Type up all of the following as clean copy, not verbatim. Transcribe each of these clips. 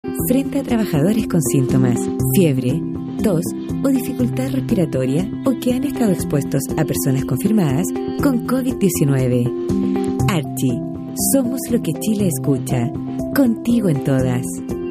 frente a trabajadores con síntomas, fiebre, tos o dificultad respiratoria o que han estado expuestos a personas confirmadas con COVID-19. Archie, somos lo que Chile escucha. Contigo en todas.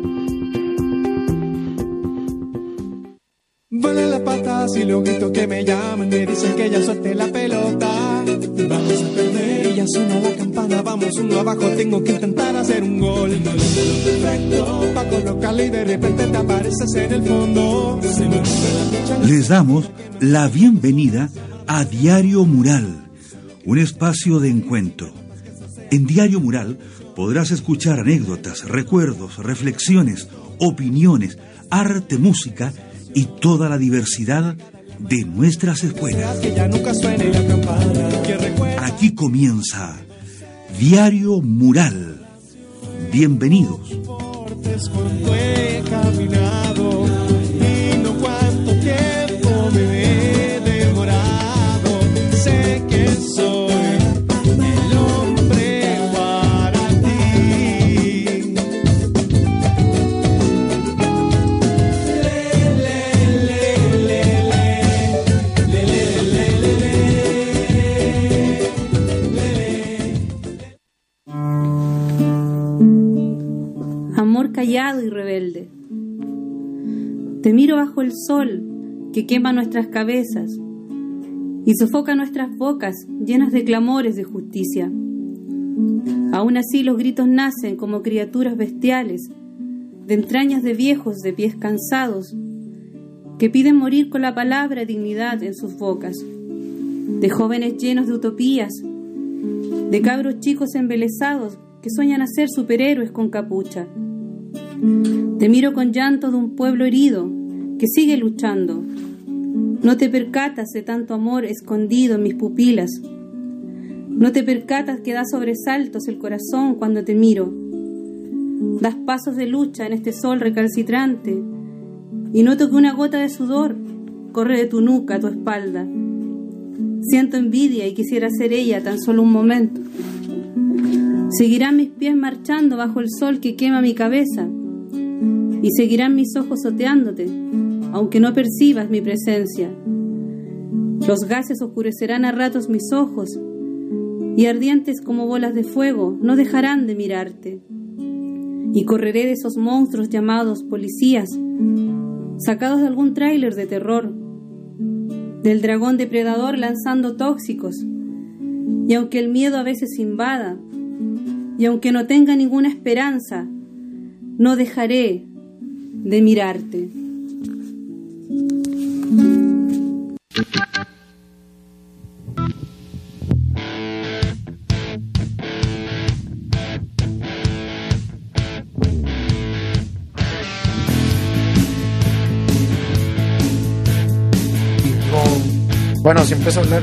Vuelan las patas y los gritos que me llaman me dicen que ya suelte la pelota. Vamos a perder y ya suena la campana. Vamos uno abajo, tengo que intentar hacer un gol. Perfecto, pa' colocarle y de repente te apareces en el fondo. Les damos la bienvenida a Diario Mural, un espacio de encuentro. En Diario Mural podrás escuchar anécdotas, recuerdos, reflexiones, opiniones, arte, música y toda la diversidad de nuestras escuelas. Aquí comienza Diario Mural. Bienvenidos. Cuánto he caminado y no cuánto tiempo me he demorado. Sé que soy el hombre para ti. Amor callado y rebelde. Te miro bajo el sol que quema nuestras cabezas y sofoca nuestras bocas llenas de clamores de justicia. Aún así los gritos nacen como criaturas bestiales, de entrañas de viejos de pies cansados, que piden morir con la palabra dignidad en sus bocas, de jóvenes llenos de utopías, de cabros chicos embelesados que sueñan a ser superhéroes con capucha. Te miro con llanto de un pueblo herido que sigue luchando. No te percatas de tanto amor escondido en mis pupilas. No te percatas que da sobresaltos el corazón cuando te miro. Das pasos de lucha en este sol recalcitrante y noto que una gota de sudor corre de tu nuca a tu espalda. Siento envidia y quisiera ser ella tan solo un momento. Seguirán mis pies marchando bajo el sol que quema mi cabeza y seguirán mis ojos oteándote, aunque no percibas mi presencia. Los gases oscurecerán a ratos mis ojos y ardientes como bolas de fuego no dejarán de mirarte. Y correré de esos monstruos llamados policías, sacados de algún tráiler de terror, del dragón depredador lanzando tóxicos. Y aunque el miedo a veces invada, y aunque no tenga ninguna esperanza, no dejaré de mirarte. Bueno, si empiezo a hablar.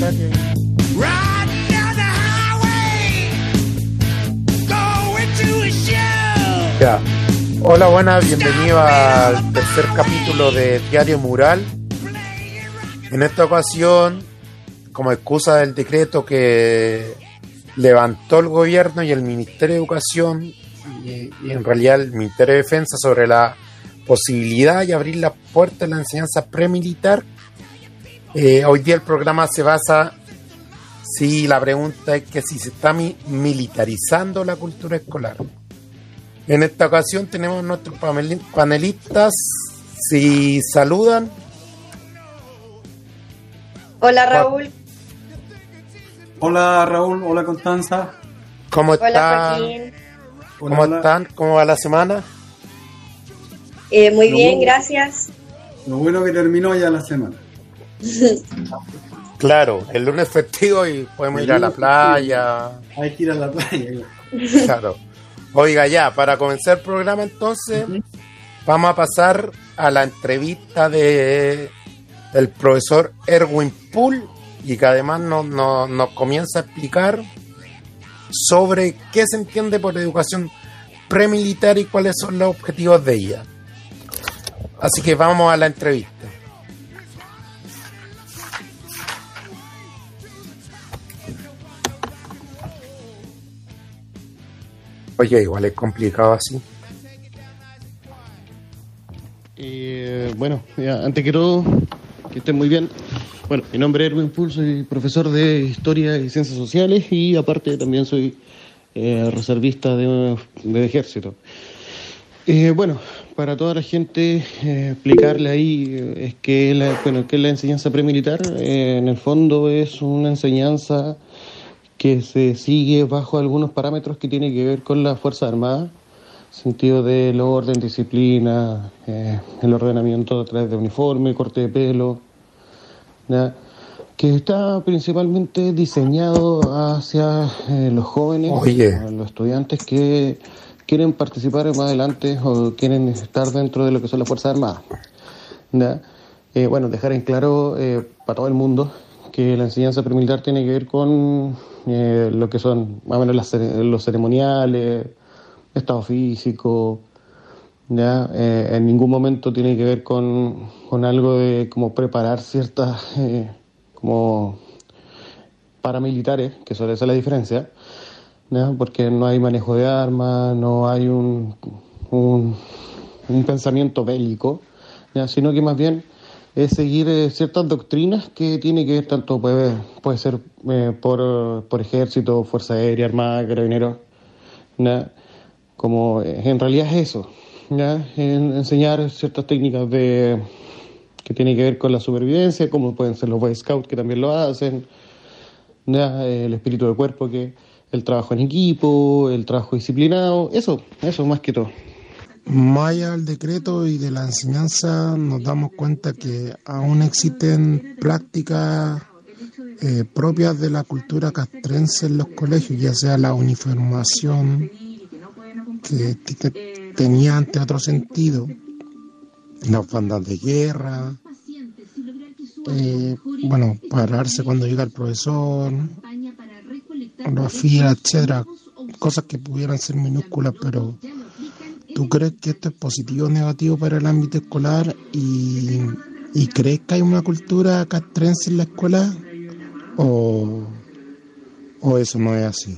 Ya. Hola, buenas, bienvenido al tercer capítulo de Diario Mural. En esta ocasión, como excusa del decreto que levantó el gobierno y el Ministerio de Educación y en realidad el Ministerio de Defensa sobre la posibilidad de abrir la puerta de la enseñanza premilitar, hoy día el programa se basa, si la pregunta es que si se está militarizando la cultura escolar. En esta ocasión tenemos nuestros panelistas. Si saludan. Hola Raúl. Hola Raúl, hola Constanza. ¿Cómo están? Hola Joaquín. ¿Cómo están? ¿Cómo va la semana? Muy bien, gracias. Lo bueno que terminó ya la semana. Claro, el lunes festivo y podemos ir a la playa. Hay que ir a la playa. Claro. Oiga, ya, para comenzar el programa entonces, vamos a pasar a la entrevista del profesor Erwin Poole, y que además nos comienza a explicar sobre qué se entiende por educación premilitar y cuáles son los objetivos de ella. Así que vamos a la entrevista. Oye, igual es complicado así. Bueno, antes que todo, que estén muy bien. Bueno, mi nombre es Erwin Pool, soy profesor de Historia y Ciencias Sociales y aparte también soy reservista del Ejército. Bueno, para toda la gente explicarle ahí es que que la enseñanza premilitar en el fondo es una enseñanza que se sigue bajo algunos parámetros que tienen que ver con las Fuerzas Armadas, sentido del orden, disciplina, el ordenamiento a través de uniforme, corte de pelo, ¿ya? Que está principalmente diseñado hacia los jóvenes, los estudiantes que quieren participar más adelante o quieren estar dentro de lo que son las Fuerzas Armadas, ¿ya? Bueno, dejar en claro para todo el mundo que la enseñanza premilitar tiene que ver con lo que son más o menos los ceremoniales, estado físico, ¿ya? En ningún momento tiene que ver con algo de como preparar ciertas como paramilitares, que suele ser la diferencia, ¿ya? Porque no hay manejo de armas, no hay un pensamiento bélico, ¿ya? Sino que más bien es seguir ciertas doctrinas que tiene que ver tanto, puede ser por ejército, fuerza aérea, armada, carabineros, ¿ya? Como en realidad es eso, ¿ya? Enseñar ciertas técnicas que tienen que ver con la supervivencia, como pueden ser los Boy Scouts que también lo hacen, ¿ya? El espíritu del cuerpo, que el trabajo en equipo, el trabajo disciplinado, eso más que todo. Más allá del decreto y de la enseñanza, nos damos cuenta que aún existen prácticas propias de la cultura castrense en los colegios, ya sea la uniformación, que tenía ante otro sentido, las bandas de guerra, pararse cuando llega el profesor, la fila, etcétera, cosas que pudieran ser minúsculas, pero ¿tú crees que esto es positivo o negativo para el ámbito escolar? ¿Y crees que hay una cultura castrense en la escuela? ¿O eso no es así?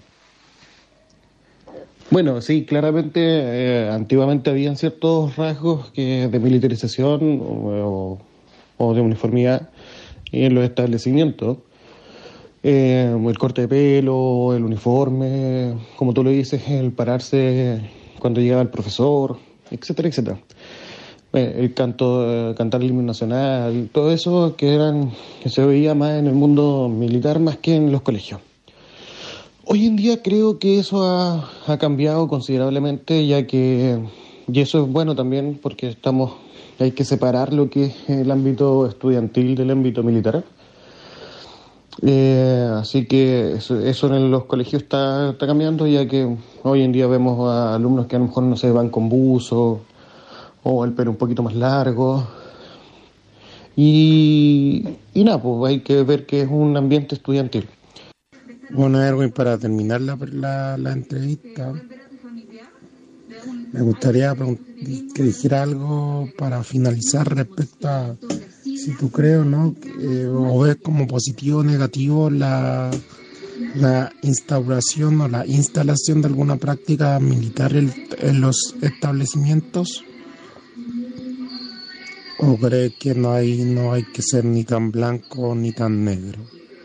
Bueno, sí, claramente antiguamente habían ciertos rasgos de militarización o de uniformidad en los establecimientos. El corte de pelo, el uniforme, como tú lo dices, el pararse cuando llegaba el profesor, etcétera, etcétera. El cantar el himno nacional, todo eso que se veía más en el mundo militar más que en los colegios. Hoy en día creo que eso ha cambiado considerablemente, y eso es bueno también porque hay que separar lo que es el ámbito estudiantil del ámbito militar. Así que eso en los colegios está cambiando, ya que hoy en día vemos a alumnos que a lo mejor no se van con buzo o el pelo un poquito más largo. Y nada, pues hay que ver que es un ambiente estudiantil. Bueno, Erwin, para terminar la entrevista, me gustaría que dijera algo para finalizar respecto a si tú crees o no, o ves como positivo o negativo la instauración o la instalación de alguna práctica militar en los establecimientos, o crees que no hay que ser ni tan blanco ni tan negro.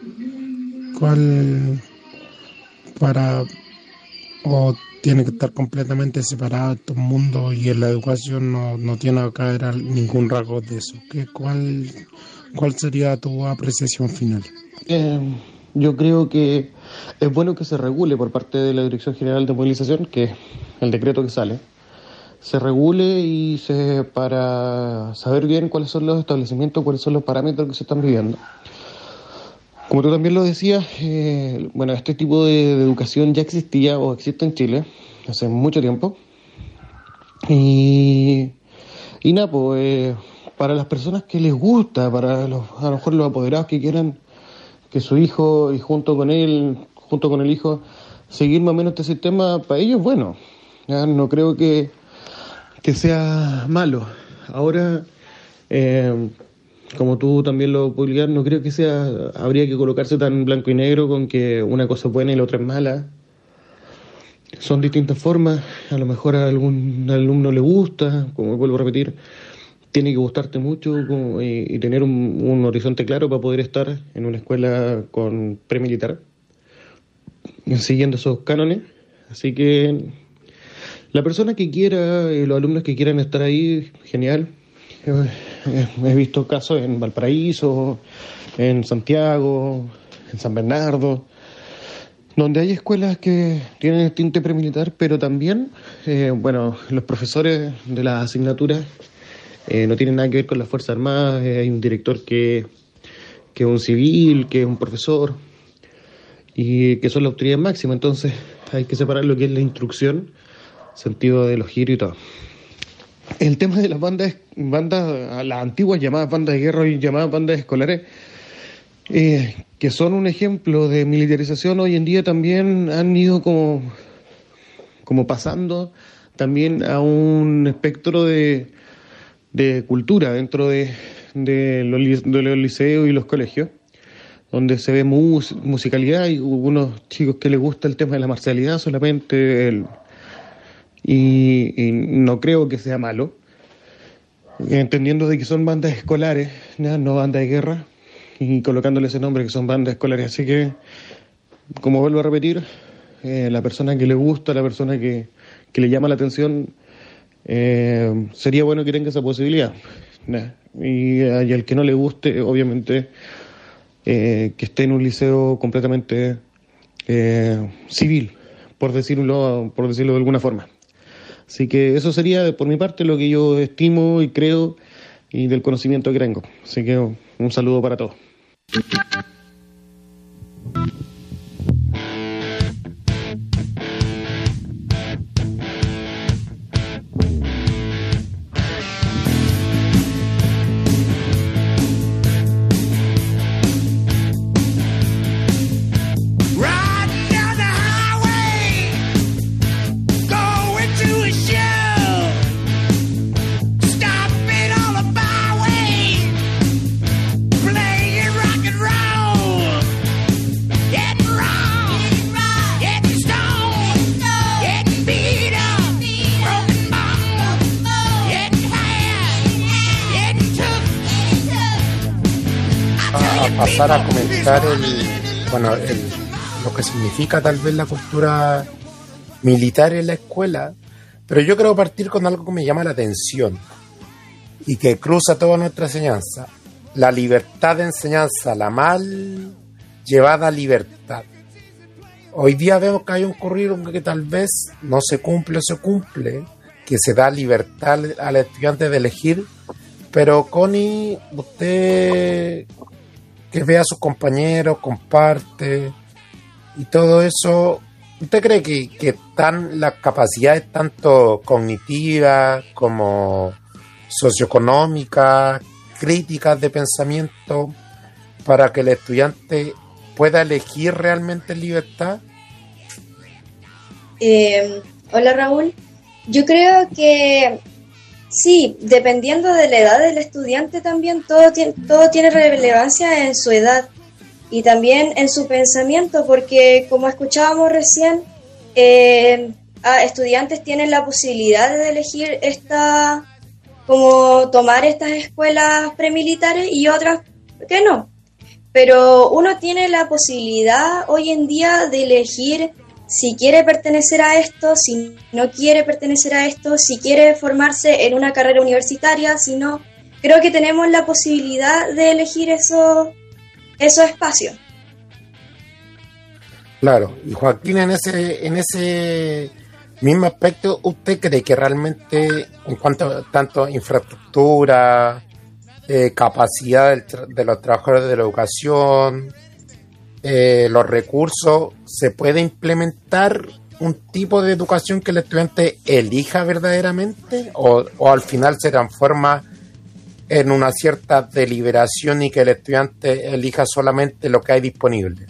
¿O tiene que estar completamente separado estos mundos y en la educación no tiene que haber ningún rasgo de eso? ¿Cuál sería tu apreciación final? Yo creo que es bueno que se regule por parte de la Dirección General de Movilización, que es el decreto que sale, se regule para saber bien cuáles son los establecimientos, cuáles son los parámetros que se están viviendo. Como tú también lo decías, este tipo de educación ya existía o existe en Chile hace mucho tiempo. Y nada, pues para las personas que les gusta, a lo mejor los apoderados que quieran que su hijo y junto con el hijo, seguir más o menos este sistema, para ellos, bueno, ya no creo que sea malo. Ahora, como tú también lo publicas, no creo que habría que colocarse tan blanco y negro con que una cosa es buena y la otra es mala. Son distintas formas, a lo mejor a algún alumno le gusta, como vuelvo a repetir, tiene que gustarte mucho y tener un horizonte claro para poder estar en una escuela con premilitar, siguiendo esos cánones. Así que la persona que quiera, los alumnos que quieran estar ahí, genial. He visto casos en Valparaíso, en Santiago, en San Bernardo, donde hay escuelas que tienen el tinte premilitar, pero también, los profesores de las asignaturas no tienen nada que ver con las Fuerzas Armadas. Hay un director que es un civil, que es un profesor, y que son la autoridad máxima. Entonces hay que separar lo que es la instrucción, sentido de los giros y todo. El tema de las bandas, las antiguas llamadas bandas de guerra y llamadas bandas escolares, que son un ejemplo de militarización, hoy en día también han ido como pasando también a un espectro de cultura dentro de los liceos y los colegios, donde se ve musicalidad. Hay algunos chicos que les gusta el tema de la marcialidad solamente, y no creo que sea malo, entendiendo de que son bandas escolares, no bandas de guerra, y colocándole ese nombre que son bandas escolares. Así que, como vuelvo a repetir, la persona que le gusta, la persona que le llama la atención, sería bueno que tenga esa posibilidad. Y al que no le guste, obviamente, que esté en un liceo completamente civil, por decirlo de alguna forma. Así que eso sería, por mi parte, lo que yo estimo y creo, y del conocimiento que tengo. Así que un saludo para todos. Pasar a comentar lo que significa tal vez la cultura militar en la escuela, pero yo quiero partir con algo que me llama la atención y que cruza toda nuestra enseñanza: la libertad de enseñanza, la mal llevada libertad. Hoy día vemos que hay un currículum que tal vez no se cumple o se cumple, que se da libertad al estudiante de elegir, pero Connie, usted que ve a sus compañeros, comparte y todo eso, ¿usted cree que están las capacidades tanto cognitivas como socioeconómicas, críticas de pensamiento, para que el estudiante pueda elegir realmente en libertad? Hola Raúl, yo creo que sí, dependiendo de la edad del estudiante también, todo tiene relevancia en su edad y también en su pensamiento, porque como escuchábamos recién, estudiantes tienen la posibilidad de elegir como tomar estas escuelas premilitares y otras que no. Pero uno tiene la posibilidad hoy en día de elegir si quiere pertenecer a esto, si no quiere pertenecer a esto, si quiere formarse en una carrera universitaria, si no. Creo que tenemos la posibilidad de elegir esos espacios. Claro, y Joaquín, en ese mismo aspecto, ¿usted cree que realmente, en cuanto a tanto infraestructura, capacidad de los trabajadores de la educación, los recursos, se puede implementar un tipo de educación que el estudiante elija verdaderamente, o al final se transforma en una cierta deliberación y que el estudiante elija solamente lo que hay disponible?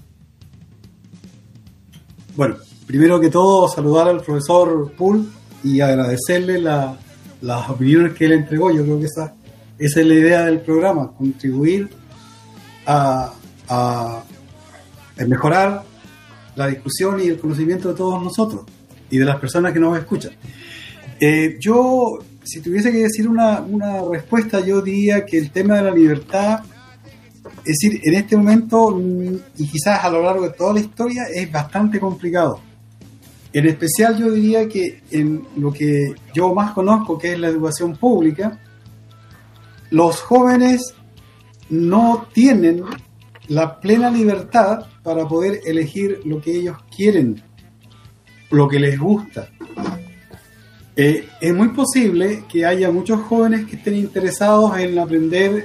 Bueno, primero que todo, saludar al profesor Poole y agradecerle las opiniones que él entregó. Yo creo que esa es la idea del programa, contribuir a mejorar la discusión y el conocimiento de todos nosotros. y de las personas que nos escuchan. Yo, si tuviese que decir una respuesta, yo diría que el tema de la libertad, es decir, en este momento, y quizás a lo largo de toda la historia, es bastante complicado. En especial yo diría que en lo que yo más conozco, que es la educación pública, los jóvenes no tienen la plena libertad para poder elegir lo que ellos quieren, lo que les gusta. Es muy posible que haya muchos jóvenes que estén interesados en aprender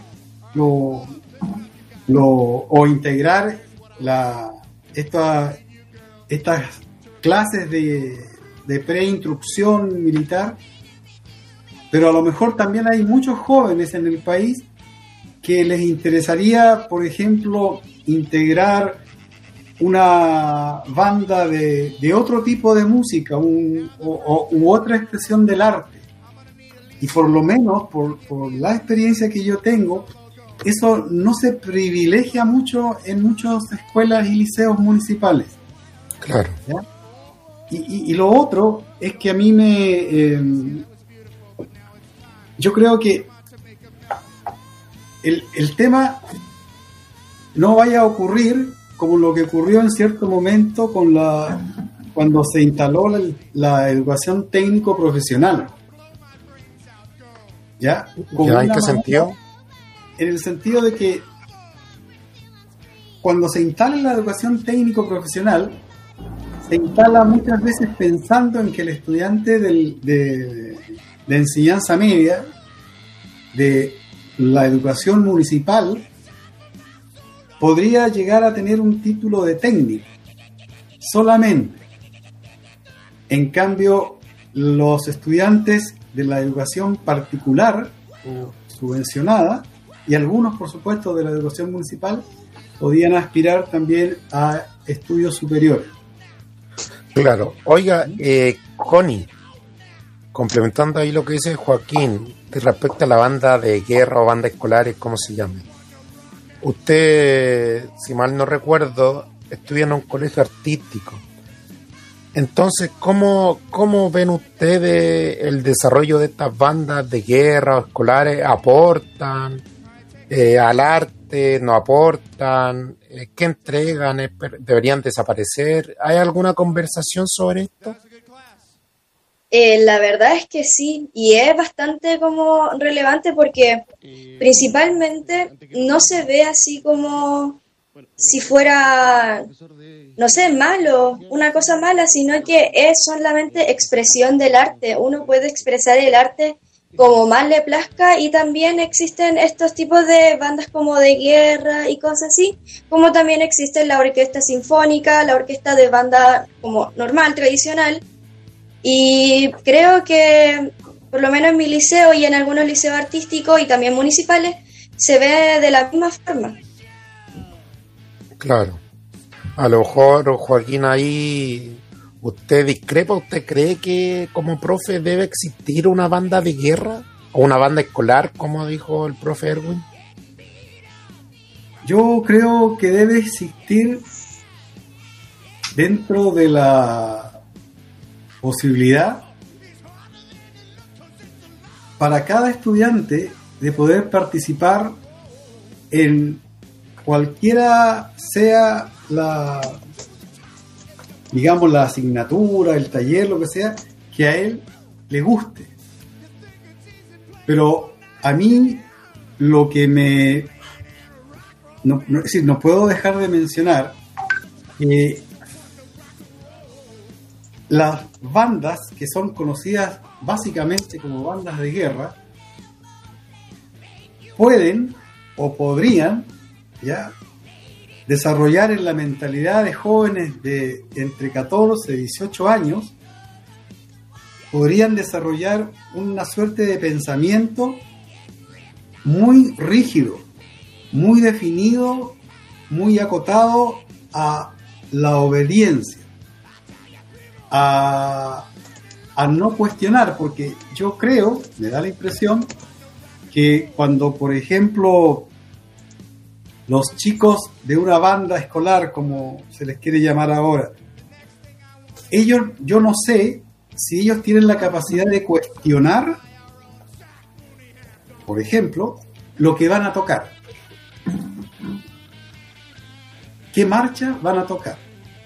o integrar estas clases de preinstrucción militar, pero a lo mejor también hay muchos jóvenes en el país que les interesaría, por ejemplo, integrar una banda de otro tipo de música u otra expresión del arte. Y por lo menos, por la experiencia que yo tengo, eso no se privilegia mucho en muchas escuelas y liceos municipales. Claro. ¿Ya? Y lo otro es que a mí yo creo que el tema no vaya a ocurrir como lo que ocurrió en cierto momento cuando se instaló la educación técnico profesional. ¿Ya? ¿En qué sentido? En el sentido de que cuando se instala la educación técnico profesional, se instala muchas veces pensando en que el estudiante de enseñanza media, de la educación municipal, podría llegar a tener un título de técnico solamente. En cambio, los estudiantes de la educación particular o subvencionada, y algunos, por supuesto, de la educación municipal, podían aspirar también a estudios superiores. Claro. Oiga, Connie, complementando ahí lo que dice Joaquín respecto a la banda de guerra o banda escolares, ¿cómo se llama? Usted, si mal no recuerdo, estudia en un colegio artístico. Entonces, ¿cómo ven ustedes el desarrollo de estas bandas de guerra o escolares? ¿Aportan al arte? ¿No aportan? ¿Qué entregan? ¿Deberían desaparecer? ¿Hay alguna conversación sobre esto? La verdad es que sí, y es bastante como relevante porque principalmente no se ve así como si fuera, no sé, malo, una cosa mala, sino que es solamente expresión del arte. Uno puede expresar el arte como más le plazca, y también existen estos tipos de bandas como de guerra y cosas así, como también existe la orquesta sinfónica, la orquesta de banda como normal, tradicional. Y creo que, por lo menos en mi liceo y en algunos liceos artísticos y también municipales, se ve de la misma forma. Claro. A lo mejor, Joaquín, ahí usted discrepa. ¿Usted cree que como profe debe existir una banda de guerra o una banda escolar, como dijo el profe Erwin? Yo creo que debe existir dentro de la posibilidad para cada estudiante de poder participar en cualquiera sea la asignatura, el taller, lo que sea, que a él le guste. Pero a mí lo que no puedo dejar de mencionar que las bandas que son conocidas básicamente como bandas de guerra pueden o podrían ya desarrollar en la mentalidad de jóvenes de entre 14 y 18 años, podrían desarrollar una suerte de pensamiento muy rígido, muy definido, muy acotado a la obediencia, a no cuestionar, porque yo creo, me da la impresión, que cuando, por ejemplo, los chicos de una banda escolar, como se les quiere llamar ahora, ellos, yo no sé si ellos tienen la capacidad de cuestionar, por ejemplo, lo que van a tocar. ¿Qué marcha van a tocar?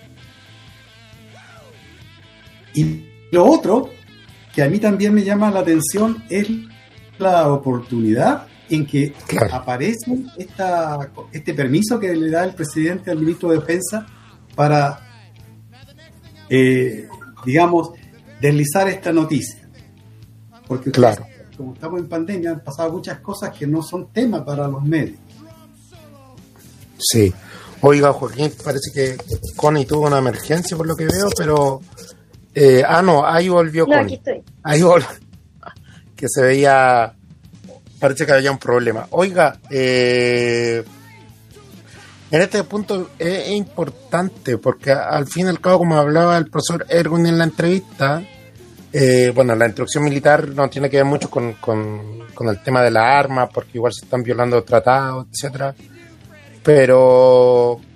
Y lo otro, que a mí también me llama la atención, es la oportunidad en que aparece este permiso que le da el presidente al ministro de Defensa para, digamos, deslizar esta noticia. Porque como estamos en pandemia, han pasado muchas cosas que no son tema para los medios. Sí. Oiga, Joaquín, parece que Connie tuvo una emergencia por lo que veo, pero... no, ahí volvió Connie. Aquí estoy. Ahí volvió. Que se veía... Parece que había un problema. Oiga, en este punto es importante, porque al fin y al cabo, como hablaba el profesor Erwin en la entrevista, la instrucción militar no tiene que ver mucho con el tema de las armas, porque igual se están violando tratados, etcétera. Pero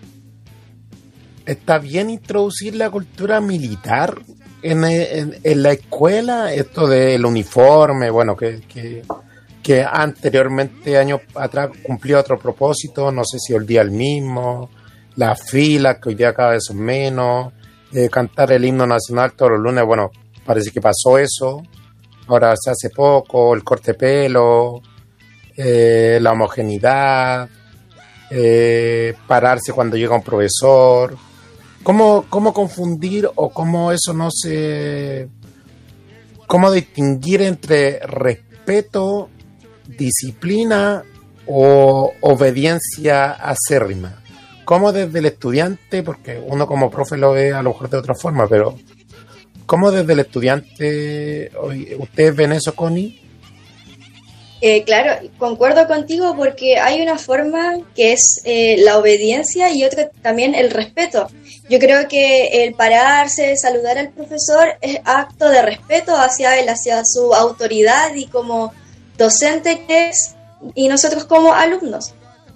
está bien introducir la cultura militar en la escuela, esto del uniforme, bueno, que anteriormente, años atrás, cumplía otro propósito, no sé si hoy día el mismo, las filas, que hoy día cada vez son menos, cantar el himno nacional todos los lunes, bueno, parece que pasó eso, ahora se hace poco, el corte de pelo, la homogeneidad, pararse cuando llega un profesor. ¿Cómo confundir o cómo eso no se... cómo distinguir entre respeto, disciplina o obediencia acérrima? ¿Cómo desde el estudiante, porque uno como profe lo ve a lo mejor de otra forma, pero cómo desde el estudiante, ustedes ven eso, Connie? Claro, concuerdo contigo porque hay una forma que es la obediencia y otra también el respeto. Yo creo que el pararse, saludar al profesor es acto de respeto hacia él, hacia su autoridad y como docente que es, y nosotros como alumnos.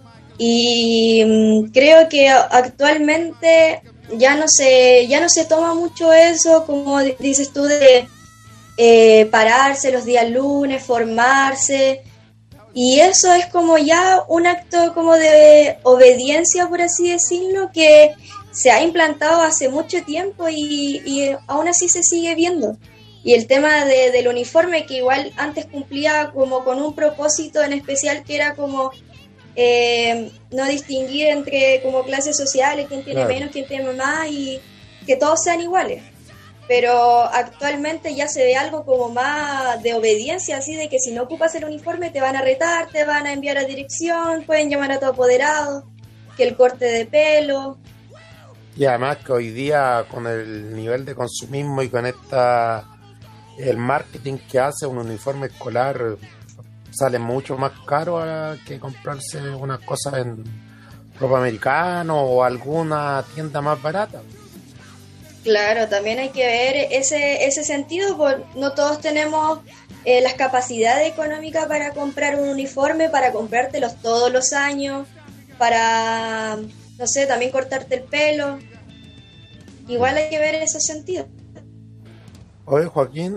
Y creo que actualmente ya no se toma mucho eso, como dices tú, de pararse los días lunes, formarse, y eso es como ya un acto como de obediencia, por así decirlo, que se ha implantado hace mucho tiempo y aún así se sigue viendo. Y el tema del uniforme, que igual antes cumplía como con un propósito en especial, que era como no distinguir entre como clases sociales, quién tiene menos, quién tiene más, y que todos sean iguales. Pero actualmente ya se ve algo como más de obediencia, así de que si no ocupas el uniforme te van a retar, te van a enviar a dirección, pueden llamar a tu apoderado, que el corte de pelo. Y además que hoy día con el nivel de consumismo y con el marketing que hace un uniforme escolar sale mucho más caro que comprarse unas cosas en ropa americano o alguna tienda más barata. Claro, también hay que ver ese sentido, porque no todos tenemos las capacidades económicas para comprar un uniforme, para comprártelos todos los años, para, no sé, también cortarte el pelo. Igual hay que ver ese sentido. Oye, Joaquín,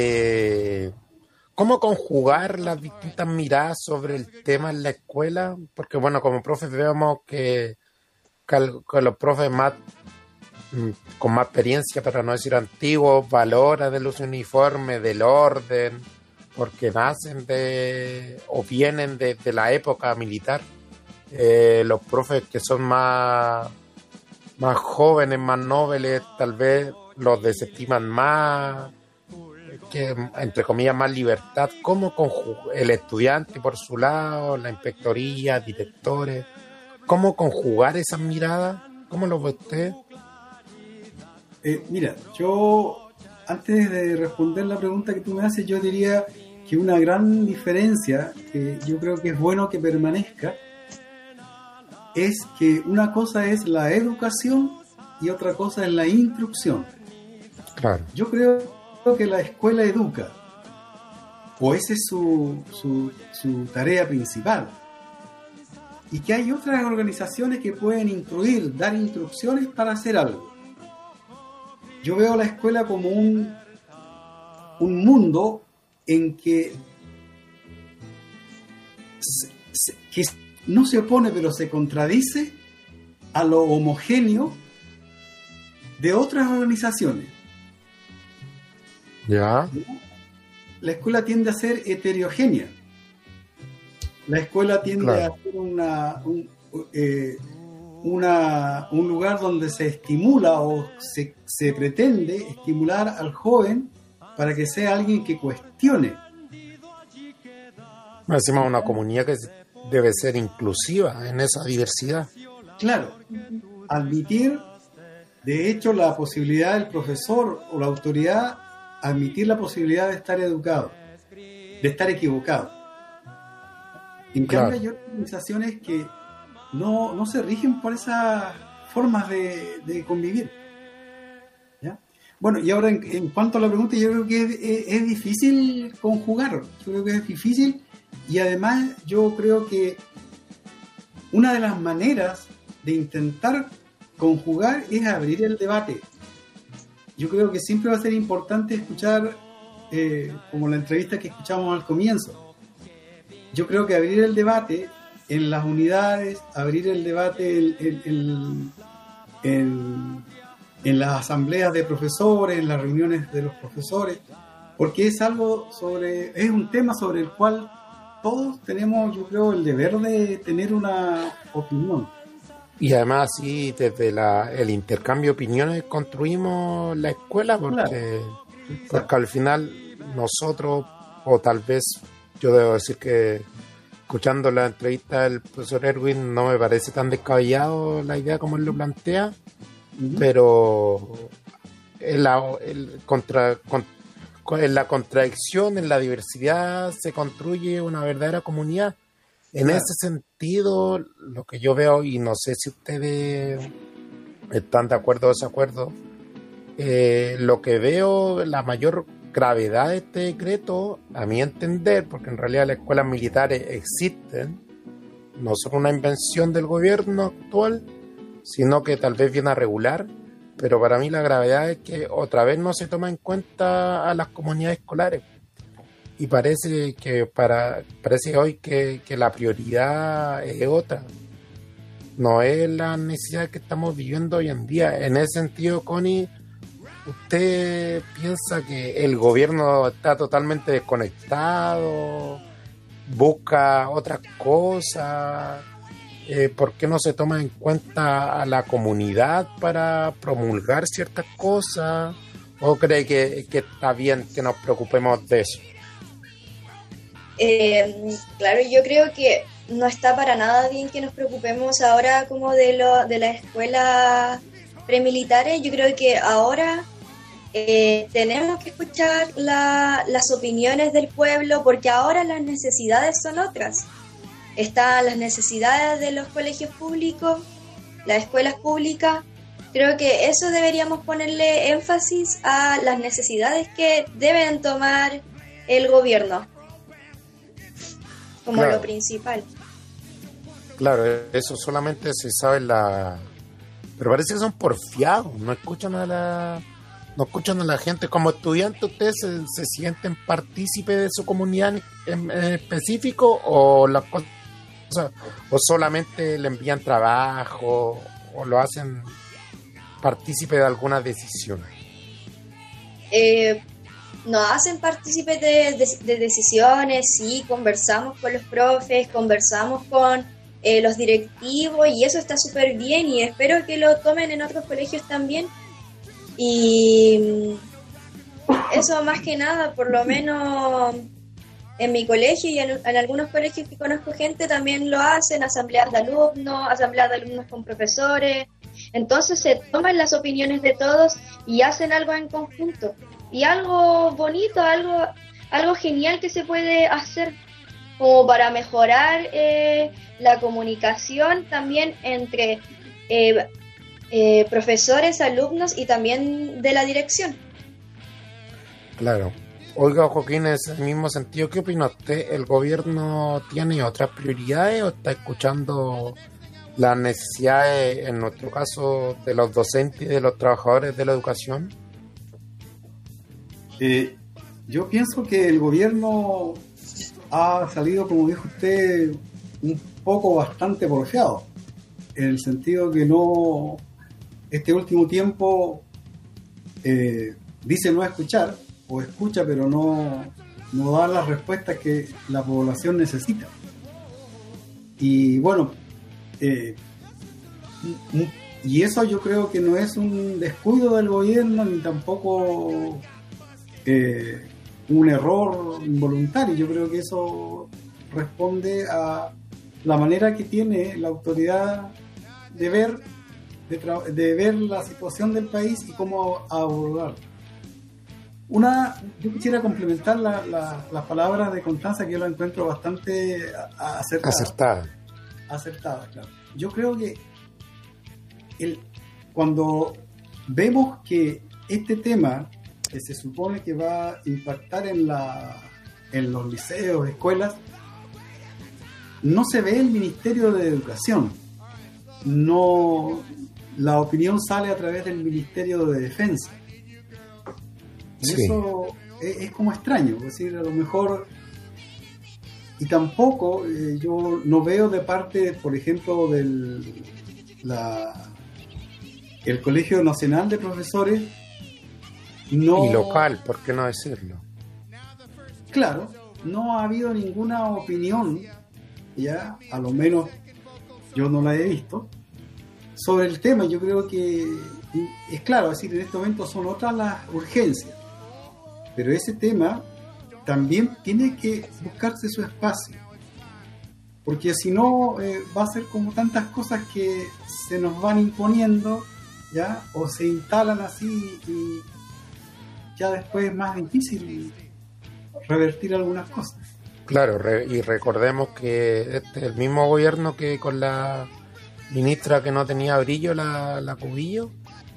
¿cómo conjugar las distintas miradas sobre el tema en la escuela? Porque, bueno, como profes vemos que los profes más con más experiencia, para no decir antiguos, valoran el uso uniforme, del orden, porque nacen o vienen de la época militar. Los profes que son más jóvenes, más nobles, tal vez los desestiman más, que entre comillas más libertad. ¿Cómo el estudiante por su lado, la inspectoría, directores, cómo conjugar esas miradas? ¿Cómo lo ve usted? Mira, yo antes de responder la pregunta que tú me haces, yo diría que una gran diferencia, que yo creo que es bueno que permanezca, es que una cosa es la educación y otra cosa es la instrucción. Claro. Yo creo que la escuela educa, o esa es su tarea principal, y que hay otras organizaciones que pueden instruir, dar instrucciones para hacer algo. Yo veo la escuela como un un mundo en que no se opone, pero se contradice a lo homogéneo de otras organizaciones. Ya. La escuela tiende a ser heterogénea. La escuela tiende a ser un lugar donde se estimula o se pretende estimular al joven para que sea alguien que cuestione. Decimos una comunidad que debe ser inclusiva en esa diversidad. Claro, admitir, de hecho, la posibilidad del profesor o la autoridad, admitir la posibilidad de estar educado, de estar equivocado. En cambio, hay organizaciones que no se rigen por esas formas de convivir. ¿Ya? Bueno, y ahora en cuanto a la pregunta, yo creo que es difícil conjugar. Yo creo que es difícil, y además yo creo que una de las maneras de intentar conjugar es abrir el debate. Yo creo que siempre va a ser importante escuchar, como la entrevista que escuchamos al comienzo. Yo creo que abrir el debate en las unidades, abrir el debate en las asambleas de profesores, en las reuniones de los profesores, porque es un tema sobre el cual todos tenemos, yo creo, el deber de tener una opinión. Y además, sí, desde el intercambio de opiniones construimos la escuela, porque al final nosotros, o tal vez yo debo decir que escuchando la entrevista del profesor Erwin no me parece tan descabellado la idea como él lo plantea, pero en la contradicción, en la diversidad se construye una verdadera comunidad. En ese sentido, lo que yo veo, y no sé si ustedes están de acuerdo o desacuerdo, lo que veo, la mayor gravedad de este decreto, a mi entender, porque en realidad las escuelas militares existen, no son una invención del gobierno actual, sino que tal vez viene a regular, pero para mí la gravedad es que otra vez no se toma en cuenta a las comunidades escolares. Y parece hoy que la prioridad es otra. No es la necesidad que estamos viviendo hoy en día. En ese sentido, Connie, ¿usted piensa que el gobierno está totalmente desconectado? ¿Busca otras cosas? ¿Por qué no se toma en cuenta a la comunidad para promulgar ciertas cosas? ¿O cree que está bien que nos preocupemos de eso? Claro, yo creo que no está para nada bien que nos preocupemos ahora como de las escuelas premilitares. Yo creo que ahora tenemos que escuchar las opiniones del pueblo, porque ahora las necesidades son otras. Están las necesidades de los colegios públicos, las escuelas públicas. Creo que eso deberíamos ponerle énfasis a las necesidades que deben tomar el gobierno como lo principal. Claro, eso solamente se sabe pero parece que son porfiados, no escuchan a la gente. Como estudiantes, ¿ustedes se sienten partícipes de su comunidad en específico, o las cosas, o solamente le envían trabajo, o lo hacen partícipe de algunas decisiones? Nos hacen partícipes de decisiones, sí, conversamos con los profes, conversamos con los directivos, y eso está súper bien, y espero que lo tomen en otros colegios también. Y eso más que nada, por lo menos en mi colegio y en algunos colegios que conozco gente también lo hacen, asambleas de alumnos con profesores. Entonces se toman las opiniones de todos y hacen algo en conjunto. Y algo bonito, algo genial que se puede hacer como para mejorar la comunicación también entre profesores, alumnos y también de la dirección. Claro. Oiga, Joaquín, en ese mismo sentido, ¿qué opina usted? ¿El gobierno tiene otras prioridades o está escuchando las necesidades, en nuestro caso, de los docentes y de los trabajadores de la educación? Yo pienso que el gobierno ha salido, como dijo usted, un poco bastante porfiado, en el sentido que no, este último tiempo dice no escuchar, o escucha pero no da las respuestas que la población necesita. Y bueno, y eso yo creo que no es un descuido del gobierno ni tampoco un error involuntario. Yo creo que eso responde a la manera que tiene la autoridad de ver la situación del país y cómo abordarla. Yo quisiera complementar las palabras de Constanza, que yo la encuentro bastante acertada, claro. Yo creo que cuando vemos que este tema que se supone que va a impactar en los liceos, escuelas, no se ve el Ministerio de Educación, no, la opinión sale a través del Ministerio de Defensa. Y sí, eso es como extraño, es decir, a lo mejor, y tampoco yo no veo de parte, por ejemplo, el Colegio Nacional de Profesores, no, y local, ¿por qué no decirlo? Claro, no ha habido ninguna opinión, ya, a lo menos yo no la he visto, sobre el tema. Yo creo que es claro, es decir, en este momento son otras las urgencias, pero ese tema también tiene que buscarse su espacio, porque si no va a ser como tantas cosas que se nos van imponiendo, ya, o se instalan así y ya después es más difícil revertir algunas cosas. Claro, y recordemos que este es el mismo gobierno que con la ministra que no tenía brillo, la Cubillo,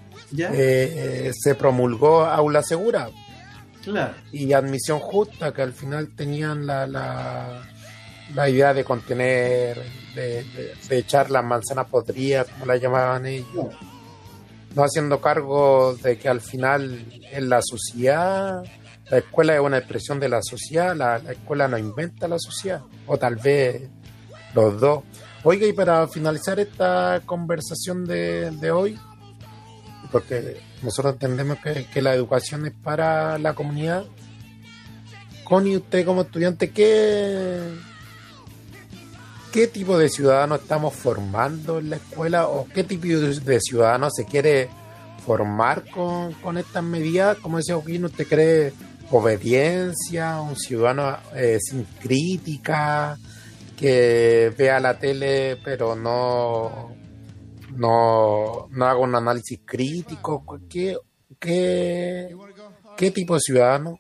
se promulgó aula segura. Claro. Y admisión justa, que al final tenían la idea de contener, de echar las manzanas podridas, como la llamaban ellos. Claro. No haciendo cargo de que al final en la sociedad, la escuela es una expresión de la sociedad, la escuela no inventa la sociedad, o tal vez los dos. Oiga, y para finalizar esta conversación de hoy, porque nosotros entendemos que la educación es para la comunidad, Connie, usted como estudiante, ¿qué tipo de ciudadano estamos formando en la escuela, o qué tipo de ciudadano se quiere formar con estas medidas? Como decía Joaquín, ¿usted cree obediencia, un ciudadano sin crítica, que vea la tele pero no haga un análisis crítico? ¿Qué tipo de ciudadano?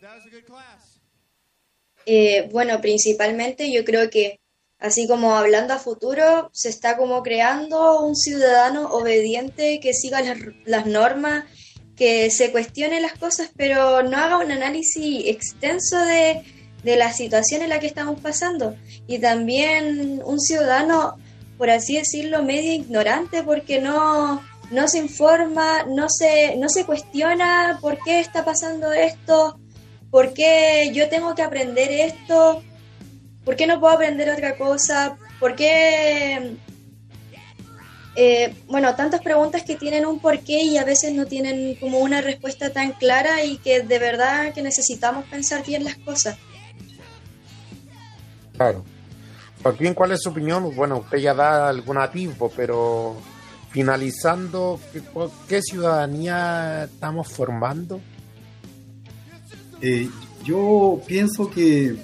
Bueno, principalmente yo creo que, así como hablando a futuro, se está como creando un ciudadano obediente que siga las normas, que se cuestione las cosas, pero no haga un análisis extenso de la situación en la que estamos pasando. Y también un ciudadano, por así decirlo, medio ignorante, porque no se informa, no se cuestiona por qué está pasando esto, por qué yo tengo que aprender esto, por qué no puedo aprender otra cosa, por qué... bueno, tantas preguntas que tienen un porqué y a veces no tienen como una respuesta tan clara, y que de verdad que necesitamos pensar bien las cosas. Claro. Joaquín, ¿cuál es su opinión? Bueno, usted ya da algún atisbo, pero finalizando, ¿qué ciudadanía estamos formando? Yo pienso que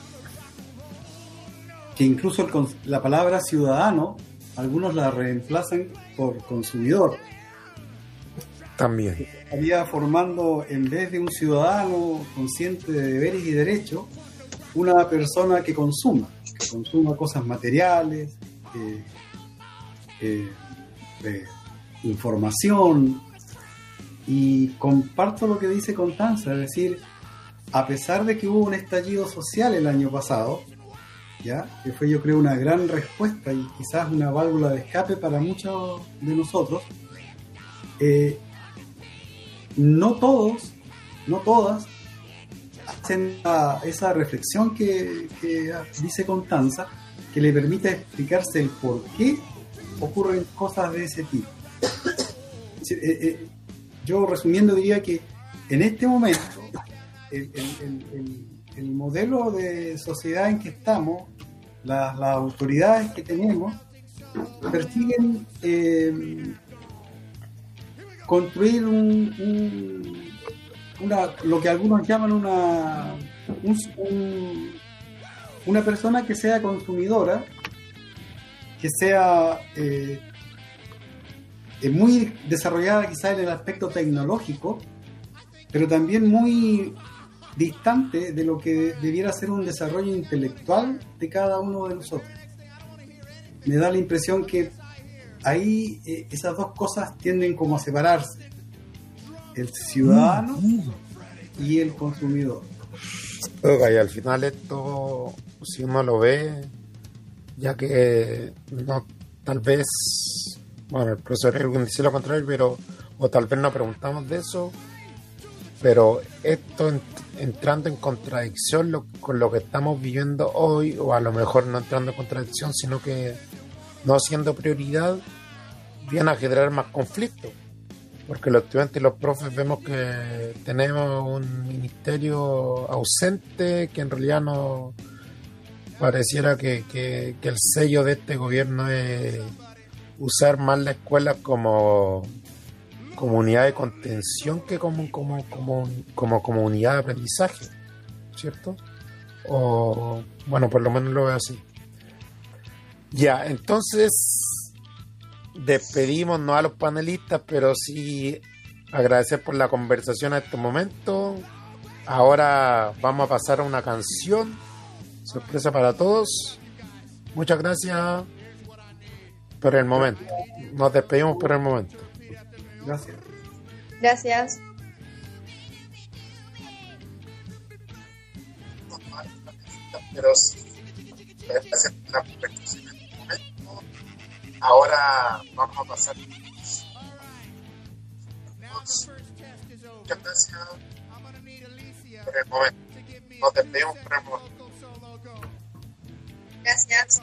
incluso la palabra ciudadano, algunos la reemplazan por consumidor. También. Estaría formando, en vez de un ciudadano consciente de deberes y derechos, una persona que consuma cosas materiales, información. Y comparto lo que dice Constanza, es decir, a pesar de que hubo un estallido social el año pasado, ¿ya?, que fue, yo creo, una gran respuesta y quizás una válvula de escape para muchos de nosotros, no todas hacen esa reflexión que dice Constanza, que le permite explicarse el por qué ocurren cosas de ese tipo. Yo resumiendo diría que en este momento el modelo de sociedad en que estamos, las autoridades que tenemos, persiguen construir lo que algunos llaman una persona que sea consumidora, que sea muy desarrollada quizá en el aspecto tecnológico, pero también muy distante de lo que debiera ser un desarrollo intelectual de cada uno de nosotros. Me da la impresión que ahí esas dos cosas tienden como a separarse: el ciudadano y el consumidor. Oiga, y al final esto, si uno lo ve, ya que no, tal vez, bueno, el profesor Erwin dice lo contrario, pero o tal vez no preguntamos de eso, pero esto entrando en contradicción con lo que estamos viviendo hoy, o a lo mejor no entrando en contradicción, sino que no siendo prioridad, viene a generar más conflictos, porque los estudiantes y los profes vemos que tenemos un ministerio ausente, que en realidad no pareciera que el sello de este gobierno es usar más la escuela como unidad de contención que como unidad de aprendizaje, ¿cierto? O bueno, por lo menos lo veo así. Ya, entonces despedimos no a los panelistas, pero sí agradecer por la conversación a este momento. Ahora vamos a pasar a una canción sorpresa para todos. Muchas gracias por el momento. Nos despedimos por el momento. Gracias. Gracias. Pero sí, gracias por la conversación en este momento. Ahora vamos a pasar. Muchas gracias por el momento. Nos despedimos por el momento. Gracias.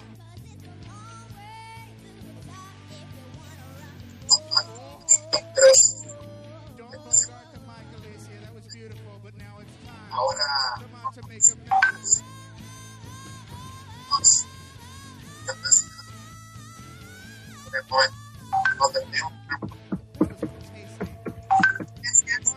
Pero sí, ahora vamos a pasar. Por el momento. Nos despedimos por el momento. Gracias.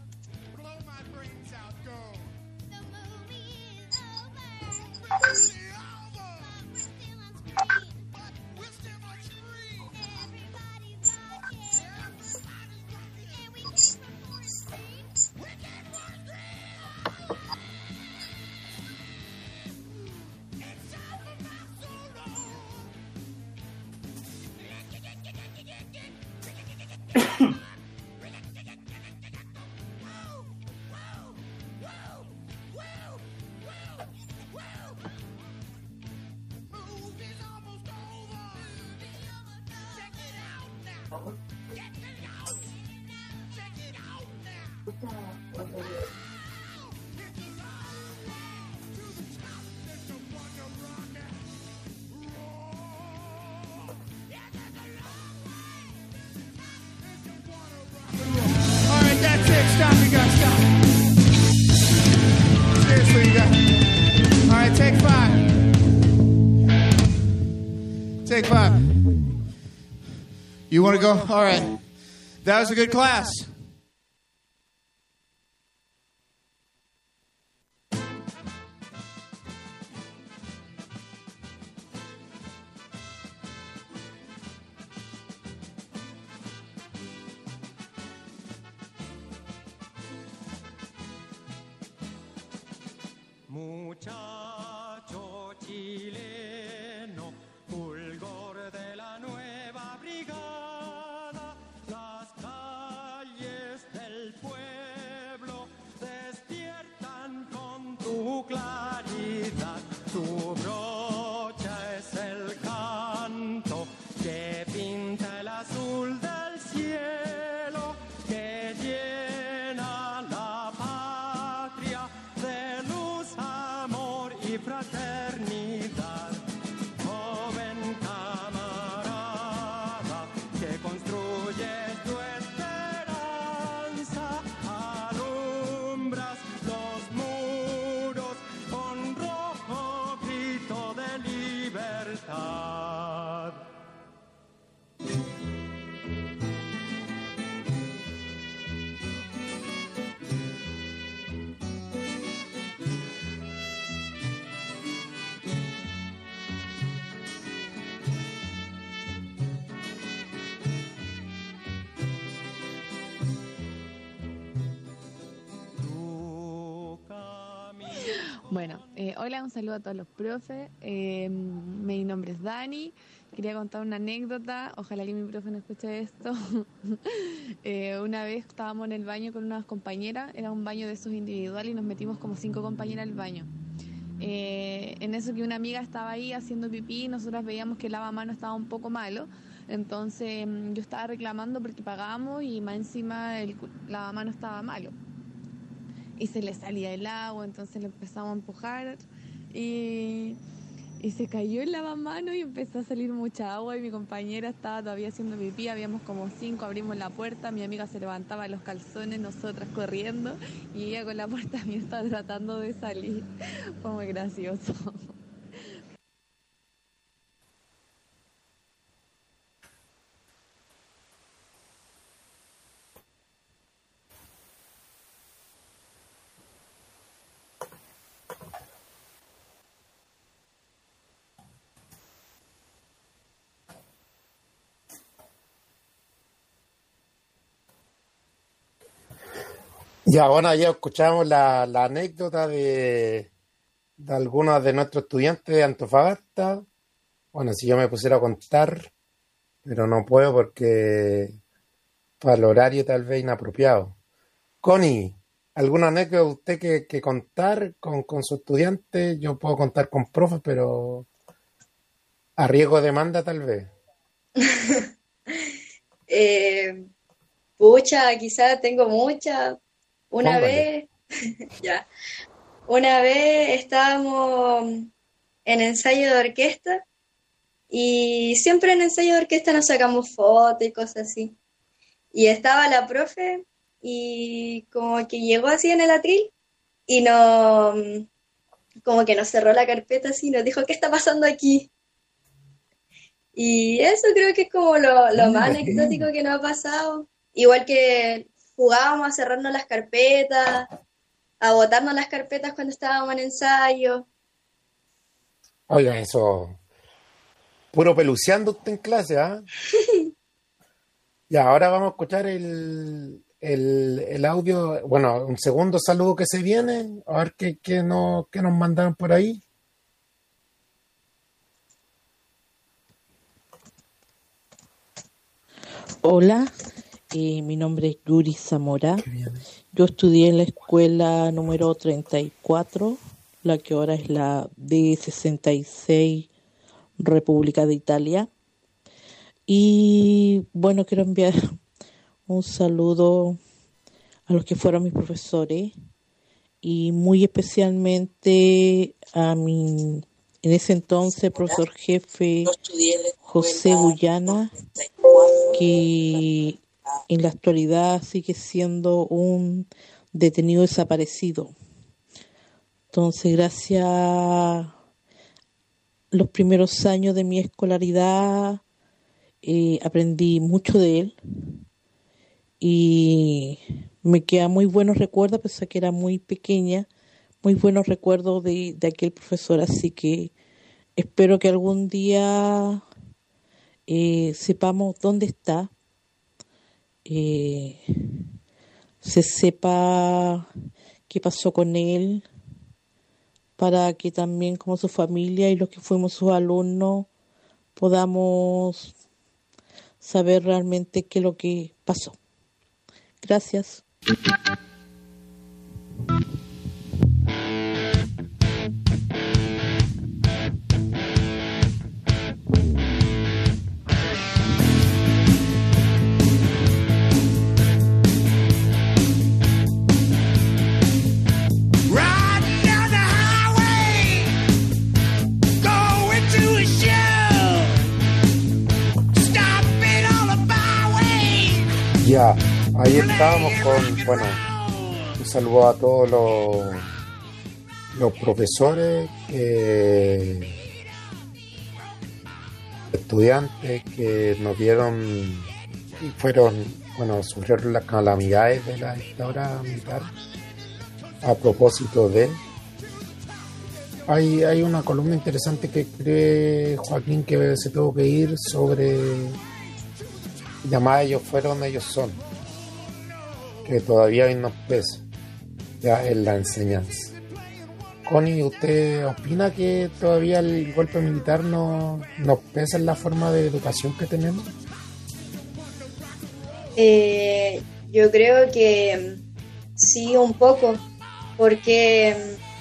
Alright, that's it. Stop, you guys, stop. Seriously, you guys. Alright, take 5. Take 5. You want to go? Alright. That was a good class. Muchacho chileno, fulgor de la nueva brigada, las calles eternidad. Joven camarada, que construyes tu esperanza, alumbras los muros con rojo grito de libertad. Bueno, hola, un saludo a todos los profes. Mi nombre es Dani. Quería contar una anécdota. Ojalá que mi profe no escuche esto. Una vez estábamos en el baño con unas compañeras. Era un baño de esos individuales y nos metimos como 5 compañeras al baño. En eso que una amiga estaba ahí haciendo pipí y nosotras veíamos que el lavamanos estaba un poco malo. Entonces yo estaba reclamando porque pagábamos y más encima el lavamanos estaba malo. Y se le salía el agua, entonces lo empezamos a empujar y se cayó el lavamanos y empezó a salir mucha agua y mi compañera estaba todavía haciendo pipí, habíamos como 5, abrimos la puerta, mi amiga se levantaba los calzones, nosotras corriendo y ella con la puerta abierta tratando de salir. Fue muy gracioso. Ya, bueno, ya escuchamos la anécdota de algunos de nuestros estudiantes de Antofagasta. Bueno, si yo me pusiera a contar, pero no puedo porque para el horario tal vez inapropiado. Connie, ¿alguna anécdota usted que contar con su estudiante? Yo puedo contar con profes, pero a riesgo de demanda tal vez. Pucha, quizás tengo muchas. Una Póngale. vez, ya, una vez estábamos en ensayo de orquesta y siempre en ensayo de orquesta nos sacamos fotos y cosas así. Y estaba la profe y como que llegó así en el atril y como que nos cerró la carpeta así y nos dijo, ¿qué está pasando aquí? Y eso creo que es como lo más anecdótico que nos ha pasado. Igual que jugábamos a cerrarnos las carpetas, a botarnos las carpetas cuando estábamos en ensayo. Oiga, eso. Puro peluceando usted en clase, ¿ah? Ya, ahora vamos a escuchar el audio. Bueno, un segundo saludo que se viene. A ver qué nos mandaron por ahí. Hola, mi nombre es Yuri Zamora. Yo estudié en la escuela número 34, la que ahora es la D66 República de Italia. Y bueno, quiero enviar un saludo a los que fueron mis profesores y muy especialmente a mi, en ese entonces, profesor jefe José Guyana, que en la actualidad sigue siendo un detenido desaparecido. Entonces, gracias a los primeros años de mi escolaridad, aprendí mucho de él y me quedan muy buenos recuerdos, a pesar de que era muy pequeña, muy buenos recuerdos de aquel profesor, así que espero que algún día sepamos dónde está, se sepa qué pasó con él, para que también como su familia y los que fuimos sus alumnos podamos saber realmente qué es lo que pasó. Gracias. Ya, ahí estábamos con, bueno, un saludo a todos los profesores, estudiantes que nos vieron y fueron, bueno, sufrieron las calamidades de la dictadura militar. A propósito de, hay una columna interesante que cree Joaquín que se tuvo que ir sobre llamada Ellos fueron, ellos son, que todavía hoy nos pesa ya en la enseñanza. Connie, ¿usted opina que todavía el golpe militar nos pesa en la forma de educación que tenemos? Yo creo que sí, un poco, porque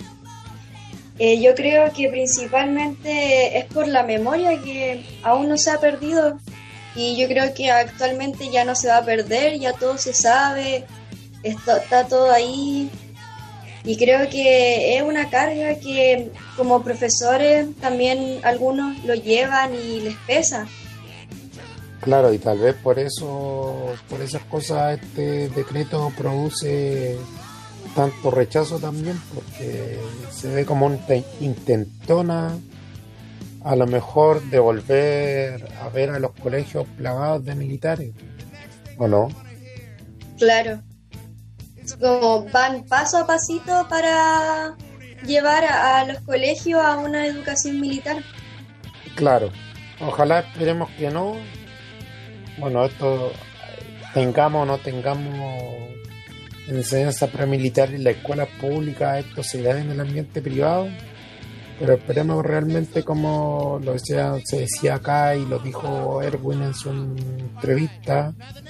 yo creo que principalmente es por la memoria que aún no se ha perdido, y yo creo que actualmente ya no se va a perder, ya todo se sabe, está todo ahí. Y creo que es una carga que como profesores también algunos lo llevan y les pesa. Claro, y tal vez por esas cosas este decreto produce tanto rechazo también, porque se ve como un intentona a lo mejor de volver a ver a los colegios plagados de militares, ¿o no? Claro. Como van paso a pasito para llevar a los colegios a una educación militar. Claro, ojalá esperemos que no. Bueno, esto tengamos o no tengamos enseñanza premilitar en la escuela pública, esto se da en el ambiente privado, pero esperemos realmente, como se decía acá y lo dijo Erwin en su entrevista,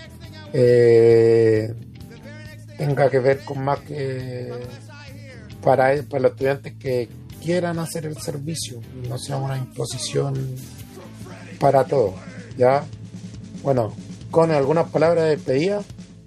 tenga que ver con más que para los estudiantes que quieran hacer el servicio y no sea una imposición para todos, ¿ya? Bueno, con algunas palabras de despedida.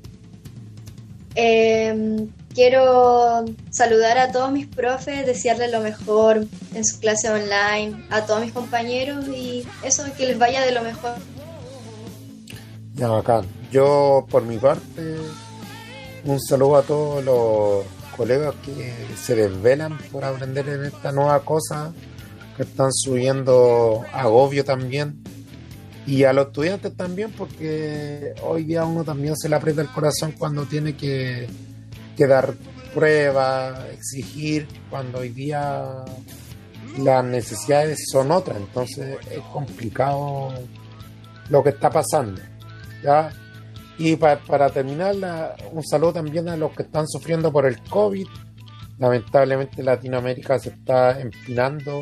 Quiero saludar a todos mis profes, desearles lo mejor en su clase online, a todos mis compañeros, y eso, que les vaya de lo mejor. Ya, bacán. Yo, por mi parte, un saludo a todos los colegas que se desvelan por aprender en esta nueva cosa, que están subiendo agobio también, y a los estudiantes también, porque hoy día uno también se le aprieta el corazón cuando tiene que dar pruebas, exigir, cuando hoy día las necesidades son otras. Entonces es complicado lo que está pasando, ¿ya? Y para terminar, un saludo también a los que están sufriendo por el COVID. Lamentablemente Latinoamérica se está empinando,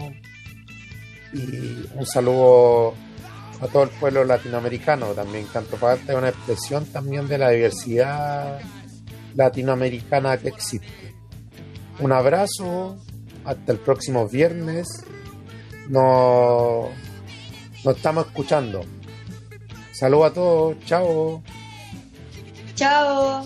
y un saludo a todo el pueblo latinoamericano también, que Antofagasta es una expresión también de la diversidad latinoamericana que existe. Un abrazo, hasta el próximo viernes. Nos estamos escuchando. Saludos a todos, chao. Chao.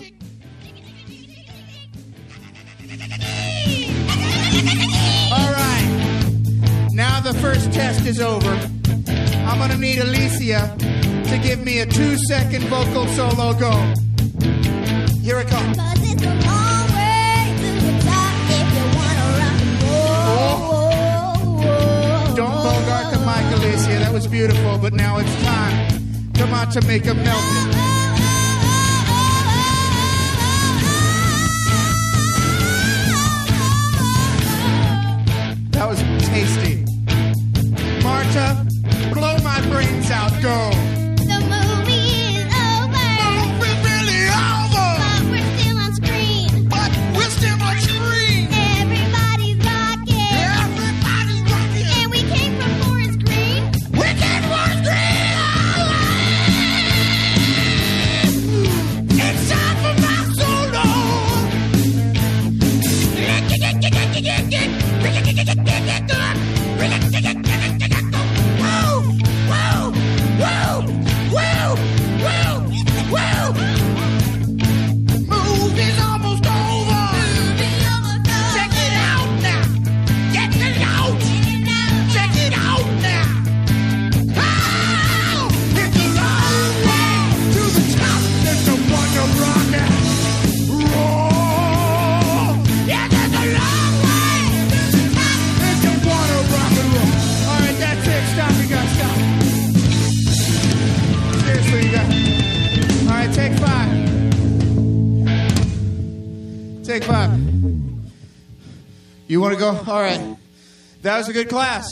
All right. Now the first test is over. I'm gonna need Alicia to give me a 2-second vocal solo. Go. Here it comes. Don't bogart the mic, Alicia. That was beautiful, but now it's time. Come on, to make a melted. That was tasty. Marta, blow my brains out. Go. The movie is over. Movie really over. But we're still on screen. But we're still on screen. Everybody's rocking. Everybody's rocking. And we came from Forest Green. We came from Forest Green. Take 5. You want to go? All right. That was a good class.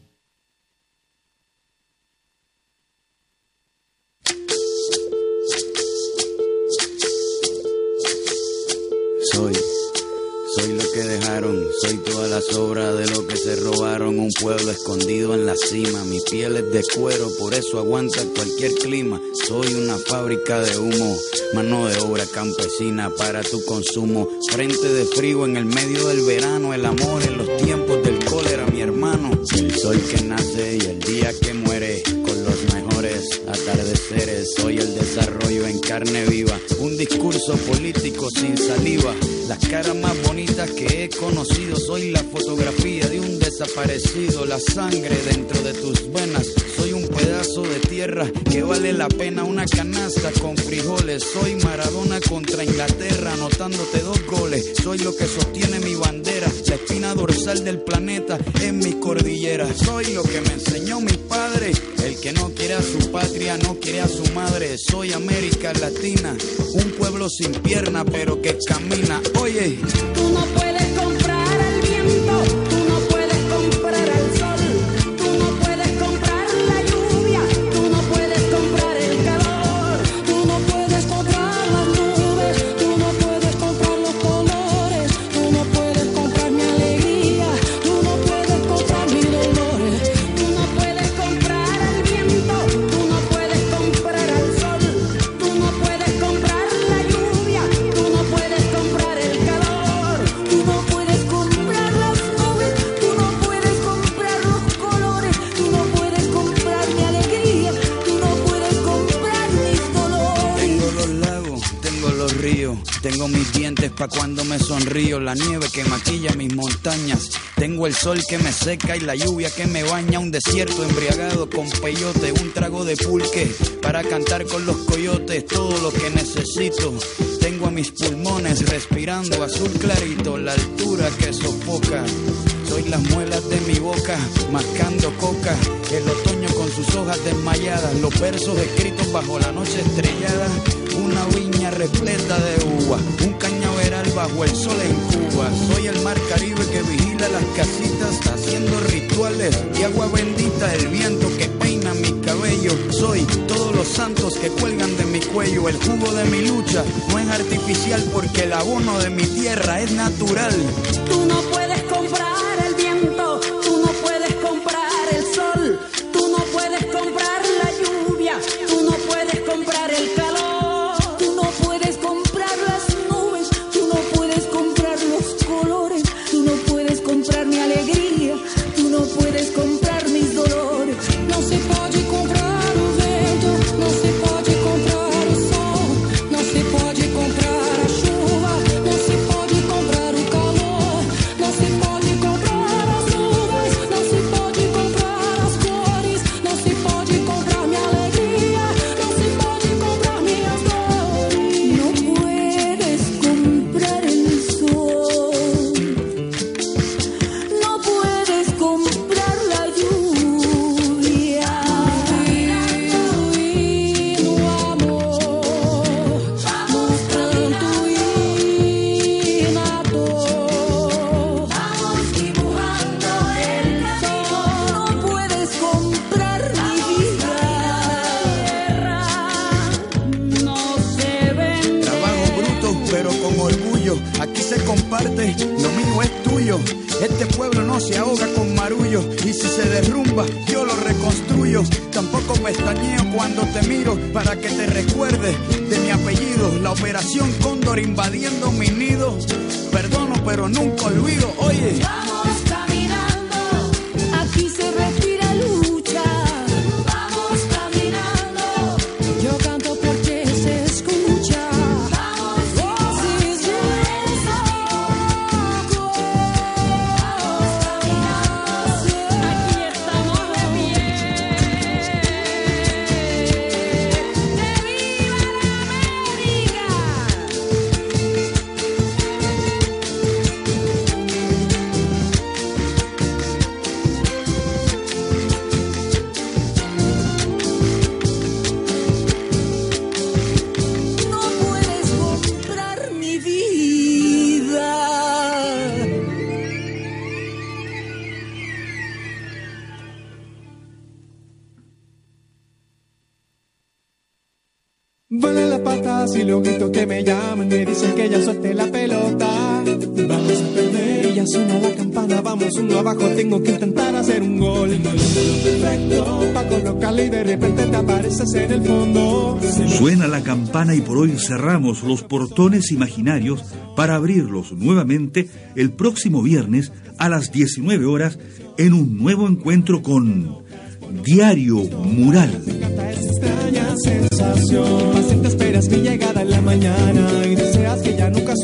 Soy lo que dejaron, soy toda la sobra de lo que se robaron. Un pueblo escondido en la cima, mi piel es de cuero, por eso aguanta cualquier clima. Soy una fábrica de humo, mano de obra campesina para tu consumo. Frente de frío en el medio del verano, el amor en los tiempos del cólera, mi hermano. El sol que nace y el día que muere, con los mejores atardeceres. Soy el desarrollo en carne viva, un discurso político sin saliva. Las caras más bonitas que he conocido, soy la fotografía de un desaparecido. La sangre dentro de tus venas, soy un pedazo de tierra que vale la pena una canasta con frijoles. Soy Maradona contra Inglaterra, anotándote 2 goles. Soy lo que sostiene mi bandera, la espina dorsal del planeta en mi cordillera. Soy lo que me enseñó mi padre, el que no quiere a su patria, no quiere a su madre. Soy América Latina, un pueblo sin pierna pero que camina. Oye, tú no puedes comprar al viento, tú no puedes comprar al sol, tú no puedes comprar la lluvia, tú no puedes comprar el calor, tú no puedes comprar las nubes, tú no puedes comprar los colores, tú no puedes comprar mi alegría, tú no puedes comprar mis dolores, tú no puedes comprar al viento, tú no puedes comprar al sol, tú no puedes comprar la lluvia, tú no puedes comprar el calor, tú no puedes comprar las nubes, tú no puedes comprar los colores, tú no puedes comprar mi alegría, tú no puedes comprar mis dolores. tengo los lagos, tengo los ríos, tengo mis dientes pa' cuando me sonrío, la nieve que maquilla mis montañas, tengo el sol que me seca y la lluvia que me baña, un desierto embriagado con peyote, un trago de pulque para cantar con los coyotes, todo lo que necesito. Tengo a mis pulmones respirando azul clarito, la altura que sofoca. Soy las muelas de mi boca, mascando coca, el otoño con sus hojas desmayadas, los versos escritos bajo la noche estrellada, una viña repleta de uva, un cañaveral bajo el sol en Cuba. Soy el mar Caribe que vigila las casitas, haciendo rituales de agua bendita, el viento que peina mi cabello. Soy todos los santos que cuelgan de mi cuello, el jugo de mi lucha no es artificial porque el abono de mi tierra es natural. Tú no puedes comprar el viento, tú no puedes comprar el sol, tú no puedes comprar la lluvia, tú no puedes comprar el calor, tú no puedes comprar las nubes, tú no puedes comprar los colores, tú no puedes comprar mi alegría, tú no puedes comprar mis dolores. No se pode comprar o vento, não se pode comprar o sol, não se pode comprar a chuva, não se pode comprar o calor, não se pode comprar as nuvens, não se pode comprar as cores, não se pode comprar minha alegria, não se pode comprar minhas dores. Não puedes comprar el sol, no puedes comprar la lluvia. No amor, vamos canto inato, vamos dibujando el sol. No puedes comprar mi vida, no se vende. Trabajo bruto pero con orgullo, aquí se comparte, lo mío es tuyo. Este pueblo no se ahoga con marullo, y si se derrumba yo lo reconstruyo. Tampoco pestañeo cuando te miro para que te recuerdes de mi apellido. La operación Cóndor invadiendo mi nido, perdono pero nunca olvido. Oye, Vamos caminando, aquí se respira lucha. Vamos caminando, yo canto porque se escucha. Vamos voces del saco. Vamos caminando, aquí estamos de pie. ¡Que viva la América! Vuelan las patas y los gritos que me llaman me dicen que ya suelte la pelota. Vamos a perder y ya suena la campana, vamos uno abajo, tengo que intentar hacer un gol. Perfecto, pa' colocarle y de repente te apareces en el fondo. Suena la campana y por hoy cerramos los portones imaginarios para abrirlos nuevamente el próximo viernes a las 19 horas en un nuevo encuentro con Diario Mural. Extraña sensación, paciente esperas mi llegada en la mañana y deseas que ya nunca